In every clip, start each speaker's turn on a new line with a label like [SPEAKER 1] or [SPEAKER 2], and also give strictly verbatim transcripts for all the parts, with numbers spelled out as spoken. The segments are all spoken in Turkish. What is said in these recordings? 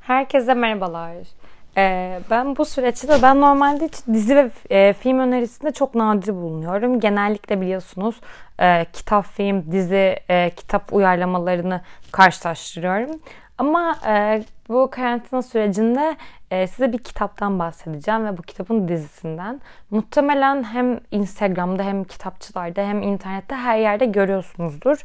[SPEAKER 1] Herkese merhabalar. Ee, ben bu süreçte de ben normalde hiç dizi ve e, film önerisinde çok nadir bulunuyorum. Genellikle biliyorsunuz e, kitap, film, dizi, e, kitap uyarlamalarını karşılaştırıyorum. Ama e, bu karantina sürecinde e, size bir kitaptan bahsedeceğim ve bu kitabın dizisinden. Muhtemelen hem Instagram'da hem kitapçılarda hem internette her yerde görüyorsunuzdur.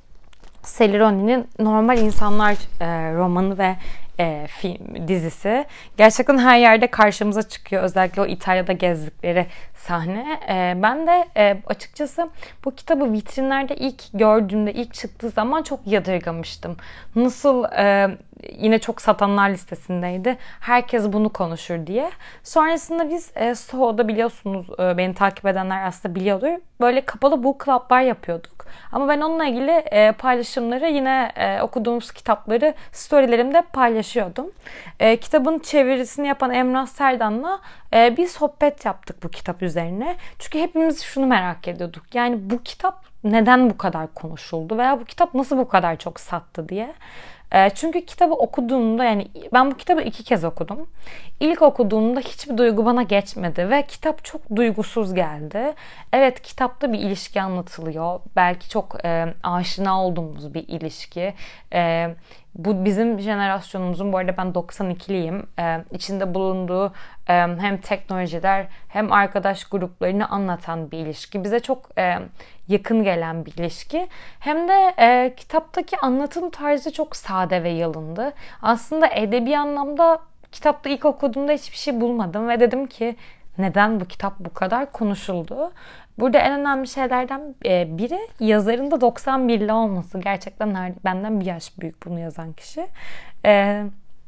[SPEAKER 1] Sally Rooney'nin Normal İnsanlar e, romanı ve e, film dizisi. Gerçekten her yerde karşımıza çıkıyor. Özellikle o İtalya'da gezdikleri sahne. E, ben de e, açıkçası bu kitabı vitrinlerde ilk gördüğümde, ilk çıktığı zaman çok yadırgamıştım. Nasıl e, yine çok satanlar listesindeydi. Herkes bunu konuşur diye. Sonrasında biz e, Soho'da biliyorsunuz, e, beni takip edenler aslında biliyordur. Böyle kapalı book club'lar yapıyorduk. Ama ben onunla ilgili e, paylaşımları yine e, okuduğumuz kitapları storylerimde paylaşıyordum. E, kitabın çevirisini yapan Emrah Serdan'la e, bir sohbet yaptık bu kitap üzerine. Çünkü hepimiz şunu merak ediyorduk. Yani bu kitap neden bu kadar konuşuldu veya bu kitap nasıl bu kadar çok sattı diye. E, çünkü kitabı okuduğumda, yani ben bu kitabı iki kez okudum. İlk okuduğumda hiçbir duygu bana geçmedi ve kitap çok duygusuz geldi. Evet, kitapta bir ilişki anlatılıyor. Belki çok e, aşina olduğumuz bir ilişki. E, bu bizim jenerasyonumuzun, bu arada ben doksan ikiliyim. E, içinde bulunduğu e, hem teknolojiler hem arkadaş gruplarını anlatan bir ilişki. Bize çok e, yakın gelen bir ilişki. Hem de e, kitaptaki anlatım tarzı çok sade ve yalındı. Aslında edebi anlamda kitapta ilk okuduğumda hiçbir şey bulmadım ve dedim ki neden bu kitap bu kadar konuşuldu? Burada en önemli şeylerden e, biri yazarın da doksan birli olması. Gerçekten benden bir yaş büyük bunu yazan kişi. E,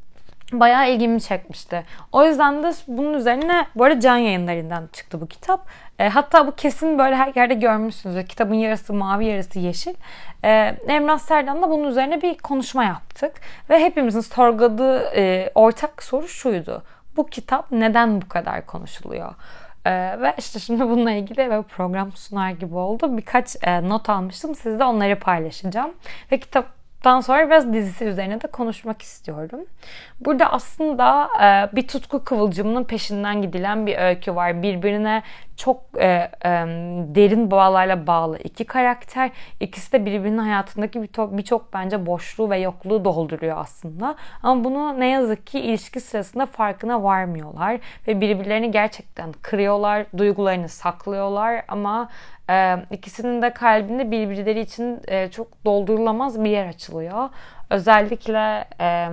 [SPEAKER 1] Bayağı ilgimi çekmişti. O yüzden de bunun üzerine, bu arada Can Yayınları'ndan çıktı bu kitap. E, hatta bu kesin böyle her yerde görmüşsünüzdür. Kitabın yarısı mavi, yarısı yeşil. E, Emrah Serdan'la bunun üzerine bir konuşma yaptık. Ve hepimizin sorguladığı e, ortak soru şuydu: bu kitap neden bu kadar konuşuluyor? Ee, ve işte şimdi bununla ilgili böyle program sunar gibi oldu. Birkaç e, not almıştım. Sizle onları paylaşacağım. Ve kitaptan sonra biraz dizisi üzerine de konuşmak istiyorum. Burada aslında e, bir tutku kıvılcımının peşinden gidilen bir öykü var. Birbirine çok e, e, derin bağlarla bağlı iki karakter. İkisi de birbirinin hayatındaki birçok bir bence boşluğu ve yokluğu dolduruyor aslında. Ama bunu ne yazık ki ilişki sırasında farkına varmıyorlar. Ve birbirlerini gerçekten kırıyorlar, duygularını saklıyorlar. Ama e, ikisinin de kalbinde birbirleri için e, çok doldurulamaz bir yer açılıyor. Özellikle E,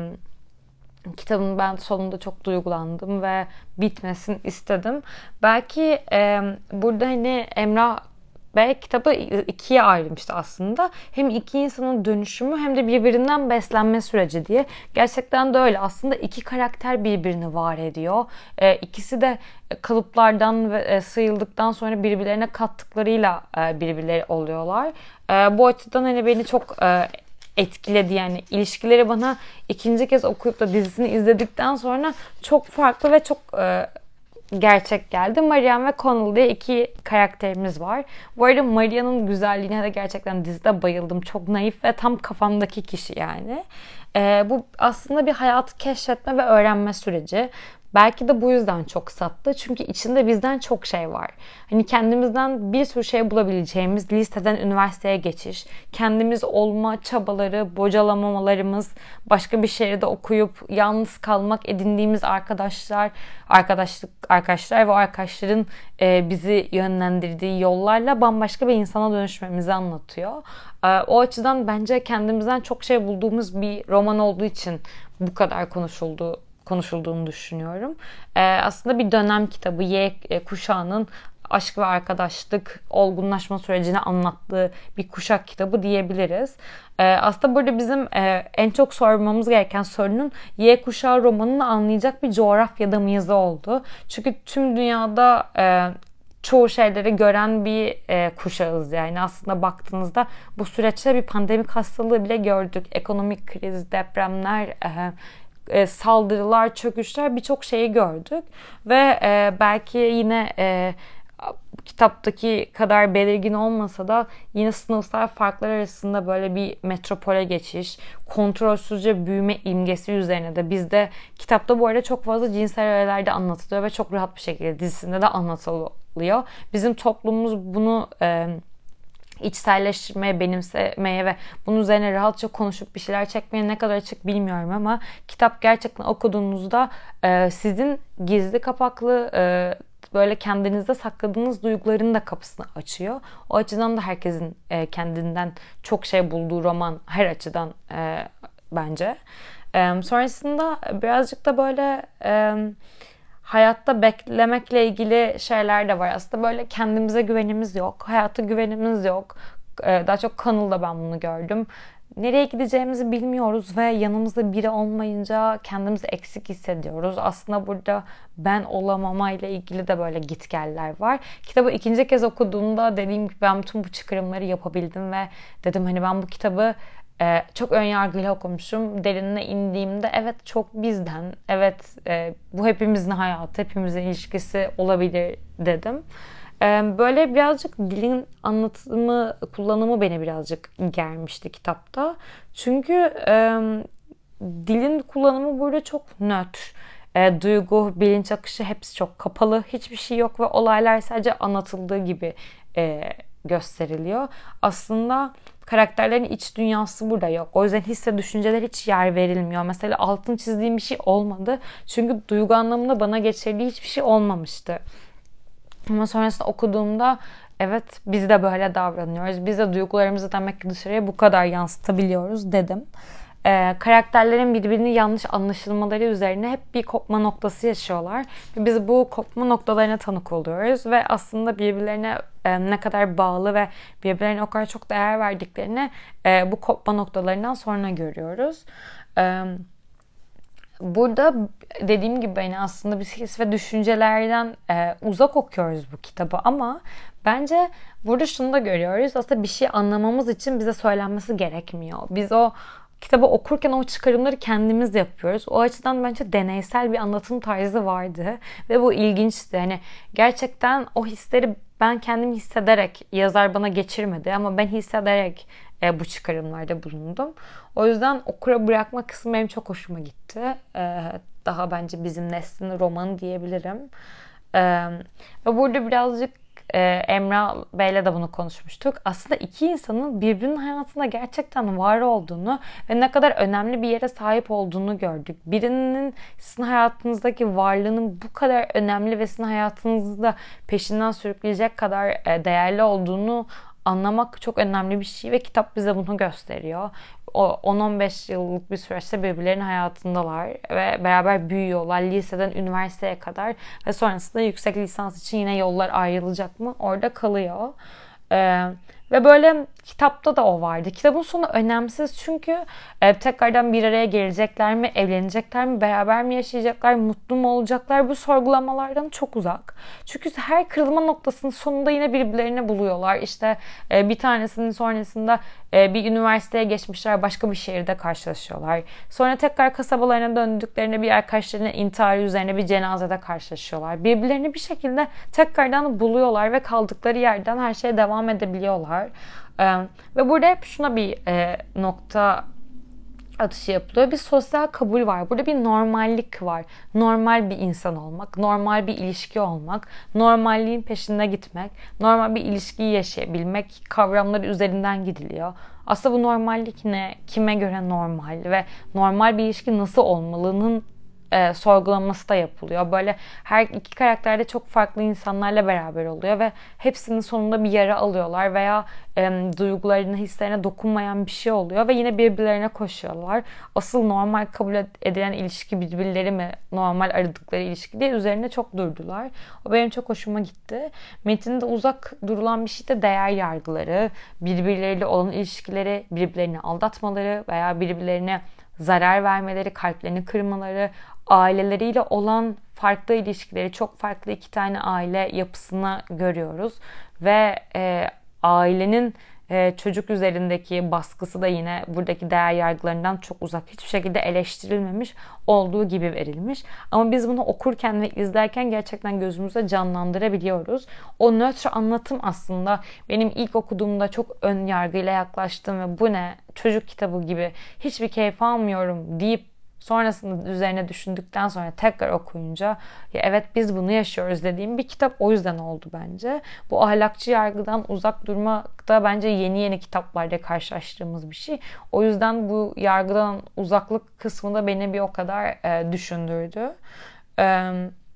[SPEAKER 1] kitabın ben sonunda çok duygulandım ve bitmesini istedim. Belki e, burada hani Emrah Bey kitabı ikiye ayrılmıştı aslında. Hem iki insanın dönüşümü hem de birbirinden beslenme süreci diye. Gerçekten de öyle. Aslında iki karakter birbirini var ediyor. E, ikisi de kalıplardan ve e, sıyrıldıktan sonra birbirlerine kattıklarıyla e, birbirleri oluyorlar. E, bu açıdan hani beni çok e, etkiledi. Yani ilişkileri bana ikinci kez okuyup da dizisini izledikten sonra çok farklı ve çok e, gerçek geldi. Marian ve Connell diye iki karakterimiz var. Bu arada Marian'ın güzelliğine de gerçekten dizide bayıldım. Çok naif ve tam kafamdaki kişi yani. E, bu aslında bir hayatı keşfetme ve öğrenme süreci. Belki de bu yüzden çok sattı. Çünkü içinde bizden çok şey var. Hani kendimizden bir sürü şey bulabileceğimiz, liseden üniversiteye geçiş, kendimiz olma çabaları, bocalamamalarımız, başka bir şehirde okuyup yalnız kalmak, edindiğimiz arkadaşlar, arkadaşlık arkadaşlar ve arkadaşların e, bizi yönlendirdiği yollarla bambaşka bir insana dönüşmemizi anlatıyor. E, o açıdan bence kendimizden çok şey bulduğumuz bir roman olduğu için bu kadar konuşuldu konuşulduğunu düşünüyorum. Ee, aslında bir dönem kitabı, Y kuşağının aşk ve arkadaşlık, olgunlaşma sürecini anlattığı bir kuşak kitabı diyebiliriz. Ee, aslında burada bizim e, en çok sormamız gereken sorunun Y kuşağı romanını anlayacak bir coğrafyada mıyız oldu. Çünkü tüm dünyada e, çoğu şeyleri gören bir e, kuşağız yani. Aslında baktığınızda bu süreçte bir pandemik hastalığı bile gördük. Ekonomik kriz, depremler, e, E, saldırılar, çöküşler, birçok şeyi gördük ve e, belki yine e, kitaptaki kadar belirgin olmasa da yine sınıfsal farklar arasında böyle bir metropole geçiş, kontrolsüzce büyüme imgesi üzerine de bizde kitapta bu arada çok fazla cinsel öğeler de anlatılıyor ve çok rahat bir şekilde dizisinde de anlatılıyor. Bizim toplumumuz bunu e, içselleştirmeye, benimsemeye ve bunun üzerine rahatça konuşup bir şeyler çekmeye ne kadar açık bilmiyorum ama kitap gerçekten okuduğunuzda e, sizin gizli kapaklı e, böyle kendinizde sakladığınız duyguların da kapısını açıyor. O açıdan da herkesin e, kendinden çok şey bulduğu roman her açıdan e, bence. E, sonrasında birazcık da böyle e, hayatta beklemekle ilgili şeyler de var. Aslında böyle kendimize güvenimiz yok. Hayata güvenimiz yok. Ee, daha çok Kanıl'da ben bunu gördüm. Nereye gideceğimizi bilmiyoruz ve yanımızda biri olmayınca kendimizi eksik hissediyoruz. Aslında burada ben olamama ile ilgili de böyle gitgeller var. Kitabı ikinci kez okuduğumda dediğim gibi ben bütün bu çıkarımları yapabildim ve dedim hani ben bu kitabı Ee, çok önyargıyla okumuşum. Derinine indiğimde evet çok bizden, evet e, bu hepimizin hayatı, hepimizin ilişkisi olabilir dedim. Ee, böyle birazcık dilin anlatımı, kullanımı beni birazcık germişti kitapta. Çünkü e, dilin kullanımı burada çok nötr. E, duygu, bilinç akışı hepsi çok kapalı. Hiçbir şey yok ve olaylar sadece anlatıldığı gibi e, gösteriliyor. Aslında karakterlerin iç dünyası burada yok. O yüzden his ve düşünceler hiç yer verilmiyor. Mesela altın çizdiğim bir şey olmadı. Çünkü duygu anlamında bana geçirdiği hiçbir şey olmamıştı. Ama sonrasında okuduğumda evet biz de böyle davranıyoruz. Biz de duygularımızı demek ki dışarıya bu kadar yansıtabiliyoruz dedim. Ee, karakterlerin birbirini yanlış anlaşılmaları üzerine hep bir kopma noktası yaşıyorlar. Biz bu kopma noktalarına tanık oluyoruz ve aslında birbirlerine e, ne kadar bağlı ve birbirlerine o kadar çok değer verdiklerini e, bu kopma noktalarından sonra görüyoruz. E, Burada dediğim gibi yani aslında biz his ve düşüncelerden e, uzak okuyoruz bu kitabı ama bence burada şunu da görüyoruz. Aslında bir şey anlamamız için bize söylenmesi gerekmiyor. Biz o kitabı okurken o çıkarımları kendimiz yapıyoruz. O açıdan bence deneysel bir anlatım tarzı vardı ve bu ilginçti. Hani gerçekten o hisleri ben kendim hissederek, yazar bana geçirmedi ama ben hissederek e, bu çıkarımlarda bulundum. O yüzden okura bırakma kısmı benim çok hoşuma gitti. E, daha bence bizim neslin romanı diyebilirim. E, ve burada birazcık e, Emrah Bey'le de bunu konuşmuştuk. Aslında iki insanın birbirinin hayatında gerçekten var olduğunu ve ne kadar önemli bir yere sahip olduğunu gördük. Birinin sizin hayatınızdaki varlığının bu kadar önemli ve sizin hayatınızda peşinden sürükleyecek kadar e, değerli olduğunu anlamak çok önemli bir şey ve kitap bize bunu gösteriyor. O on on beş yıllık bir süreçte birbirlerinin hayatındalar ve beraber büyüyorlar liseden üniversiteye kadar ve sonrasında yüksek lisans için yine yollar ayrılacak mı? Orada kalıyor. Ee, ve böyle kitapta da o vardı. Kitabın sonu önemsiz çünkü e, tekrardan bir araya gelecekler mi, evlenecekler mi, beraber mi yaşayacaklar, mutlu mu olacaklar bu sorgulamalardan çok uzak. Çünkü her kırılma noktasının sonunda yine birbirlerini buluyorlar. İşte e, bir tanesinin sonrasında e, bir üniversiteye geçmişler, başka bir şehirde karşılaşıyorlar. Sonra tekrar kasabalarına döndüklerinde bir arkadaşlarının intiharı üzerine bir cenazede karşılaşıyorlar. Birbirlerini bir şekilde tekrardan buluyorlar ve kaldıkları yerden her şeye devam edebiliyorlar. Ee, ve burada hep şuna bir e, nokta atışı yapılıyor. Bir sosyal kabul var. Burada bir normallik var. Normal bir insan olmak, normal bir ilişki olmak, normalliğin peşinde gitmek, normal bir ilişkiyi yaşayabilmek kavramları üzerinden gidiliyor. Aslında bu normallik ne? Kime göre normal ve normal bir ilişki nasıl olmalının e, sorgulaması da yapılıyor. Böyle her iki karakter de çok farklı insanlarla beraber oluyor ve hepsinin sonunda bir yara alıyorlar veya e, duygularına, hislerine dokunmayan bir şey oluyor ve yine birbirlerine koşuyorlar. Asıl normal kabul edilen ilişki birbirleri mi? Normal aradıkları ilişki diye üzerine çok durdular. O benim çok hoşuma gitti. Metinde uzak durulan bir şey de değer yargıları, birbirleriyle olan ilişkileri, birbirlerini aldatmaları veya birbirlerine zarar vermeleri, kalplerini kırmaları, aileleriyle olan farklı ilişkileri, çok farklı iki tane aile yapısını görüyoruz ve e, ailenin e, çocuk üzerindeki baskısı da yine buradaki değer yargılarından çok uzak. Hiçbir şekilde eleştirilmemiş, olduğu gibi verilmiş. Ama biz bunu okurken ve izlerken gerçekten gözümüzde canlandırabiliyoruz. O nötr anlatım aslında benim ilk okuduğumda çok ön yargıyla yaklaştığım ve bu ne, çocuk kitabı gibi, hiçbir keyif almıyorum deyip sonrasında üzerine düşündükten sonra tekrar okuyunca ya evet biz bunu yaşıyoruz dediğim bir kitap o yüzden oldu bence. Bu ahlakçı yargıdan uzak durmak da bence yeni yeni kitaplarda karşılaştığımız bir şey. O yüzden bu yargıdan uzaklık kısmı da beni bir o kadar e, düşündürdü. E,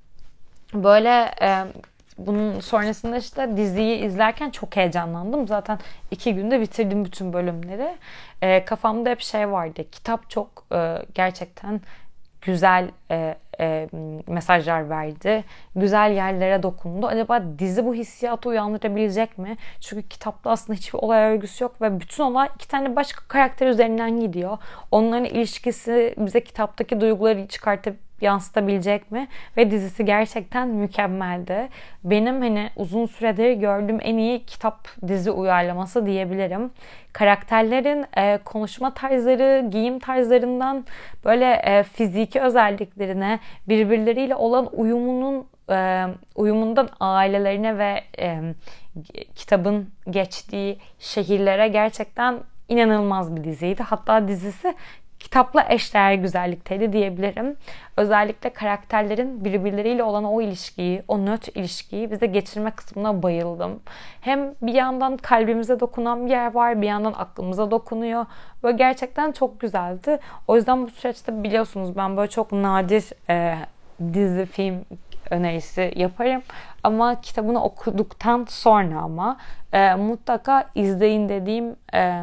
[SPEAKER 1] böyle e, bunun sonrasında işte diziyi izlerken çok heyecanlandım. Zaten iki günde bitirdim bütün bölümleri. E, kafamda hep şey vardı. Kitap çok e, gerçekten güzel e, e, mesajlar verdi. Güzel yerlere dokundu. Acaba dizi bu hissiyatı uyandırabilecek mi? Çünkü kitapta aslında hiçbir olay örgüsü yok ve bütün olay iki tane başka karakter üzerinden gidiyor. Onların ilişkisi bize kitaptaki duyguları çıkartıp yansıtabilecek mi? Ve dizisi gerçekten mükemmeldi. Benim hani uzun süredir gördüğüm en iyi kitap dizi uyarlaması diyebilirim. Karakterlerin e, konuşma tarzları, giyim tarzlarından böyle e, fiziki özelliklerine, birbirleriyle olan uyumunun e, uyumundan ailelerine ve e, kitabın geçtiği şehirlere gerçekten inanılmaz bir diziydi. Hatta dizisi kitapla eşdeğer güzellikteydi diyebilirim. Özellikle karakterlerin birbirleriyle olan o ilişkiyi, o nötr ilişkiyi bize geçirme kısmına bayıldım. Hem bir yandan kalbimize dokunan bir yer var, bir yandan aklımıza dokunuyor. Böyle gerçekten çok güzeldi. O yüzden bu süreçte biliyorsunuz ben böyle çok nadir e, dizi, film önerisi yaparım. Ama kitabını okuduktan sonra ama e, mutlaka izleyin dediğim e,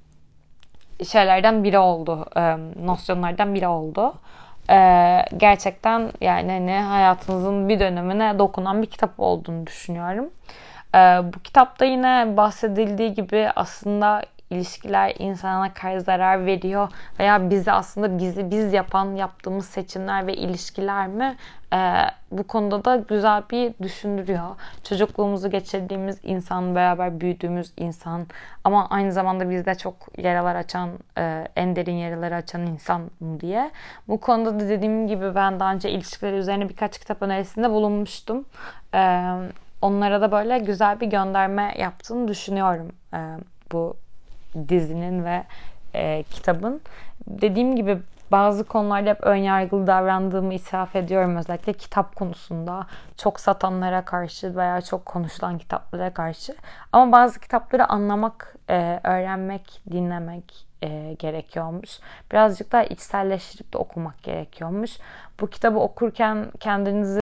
[SPEAKER 1] şeylerden biri oldu. E, nosyonlardan biri oldu. E, gerçekten yani hani hayatınızın bir dönemine dokunan bir kitap olduğunu düşünüyorum. E, bu kitapta yine bahsedildiği gibi aslında ilişkiler insana karşı zarar veriyor veya bizi aslında bizi biz yapan yaptığımız seçimler ve ilişkiler mi? Ee, bu konuda da güzel bir düşündürüyor. Çocukluğumuzu geçirdiğimiz insan, beraber büyüdüğümüz insan ama aynı zamanda bizde çok yaralar açan, e, en derin yaraları açan insan mı diye. Bu konuda da dediğim gibi ben daha önce ilişkiler üzerine birkaç kitap önerisinde bulunmuştum. Ee, onlara da böyle güzel bir gönderme yaptığını düşünüyorum ee, bu dizinin ve e, kitabın. Dediğim gibi bazı konularda hep önyargılı davrandığımı itiraf ediyorum. Özellikle kitap konusunda çok satanlara karşı veya çok konuşulan kitaplara karşı. Ama bazı kitapları anlamak, e, öğrenmek, dinlemek e, gerekiyormuş. Birazcık daha içselleştirip de okumak gerekiyormuş. Bu kitabı okurken kendinizi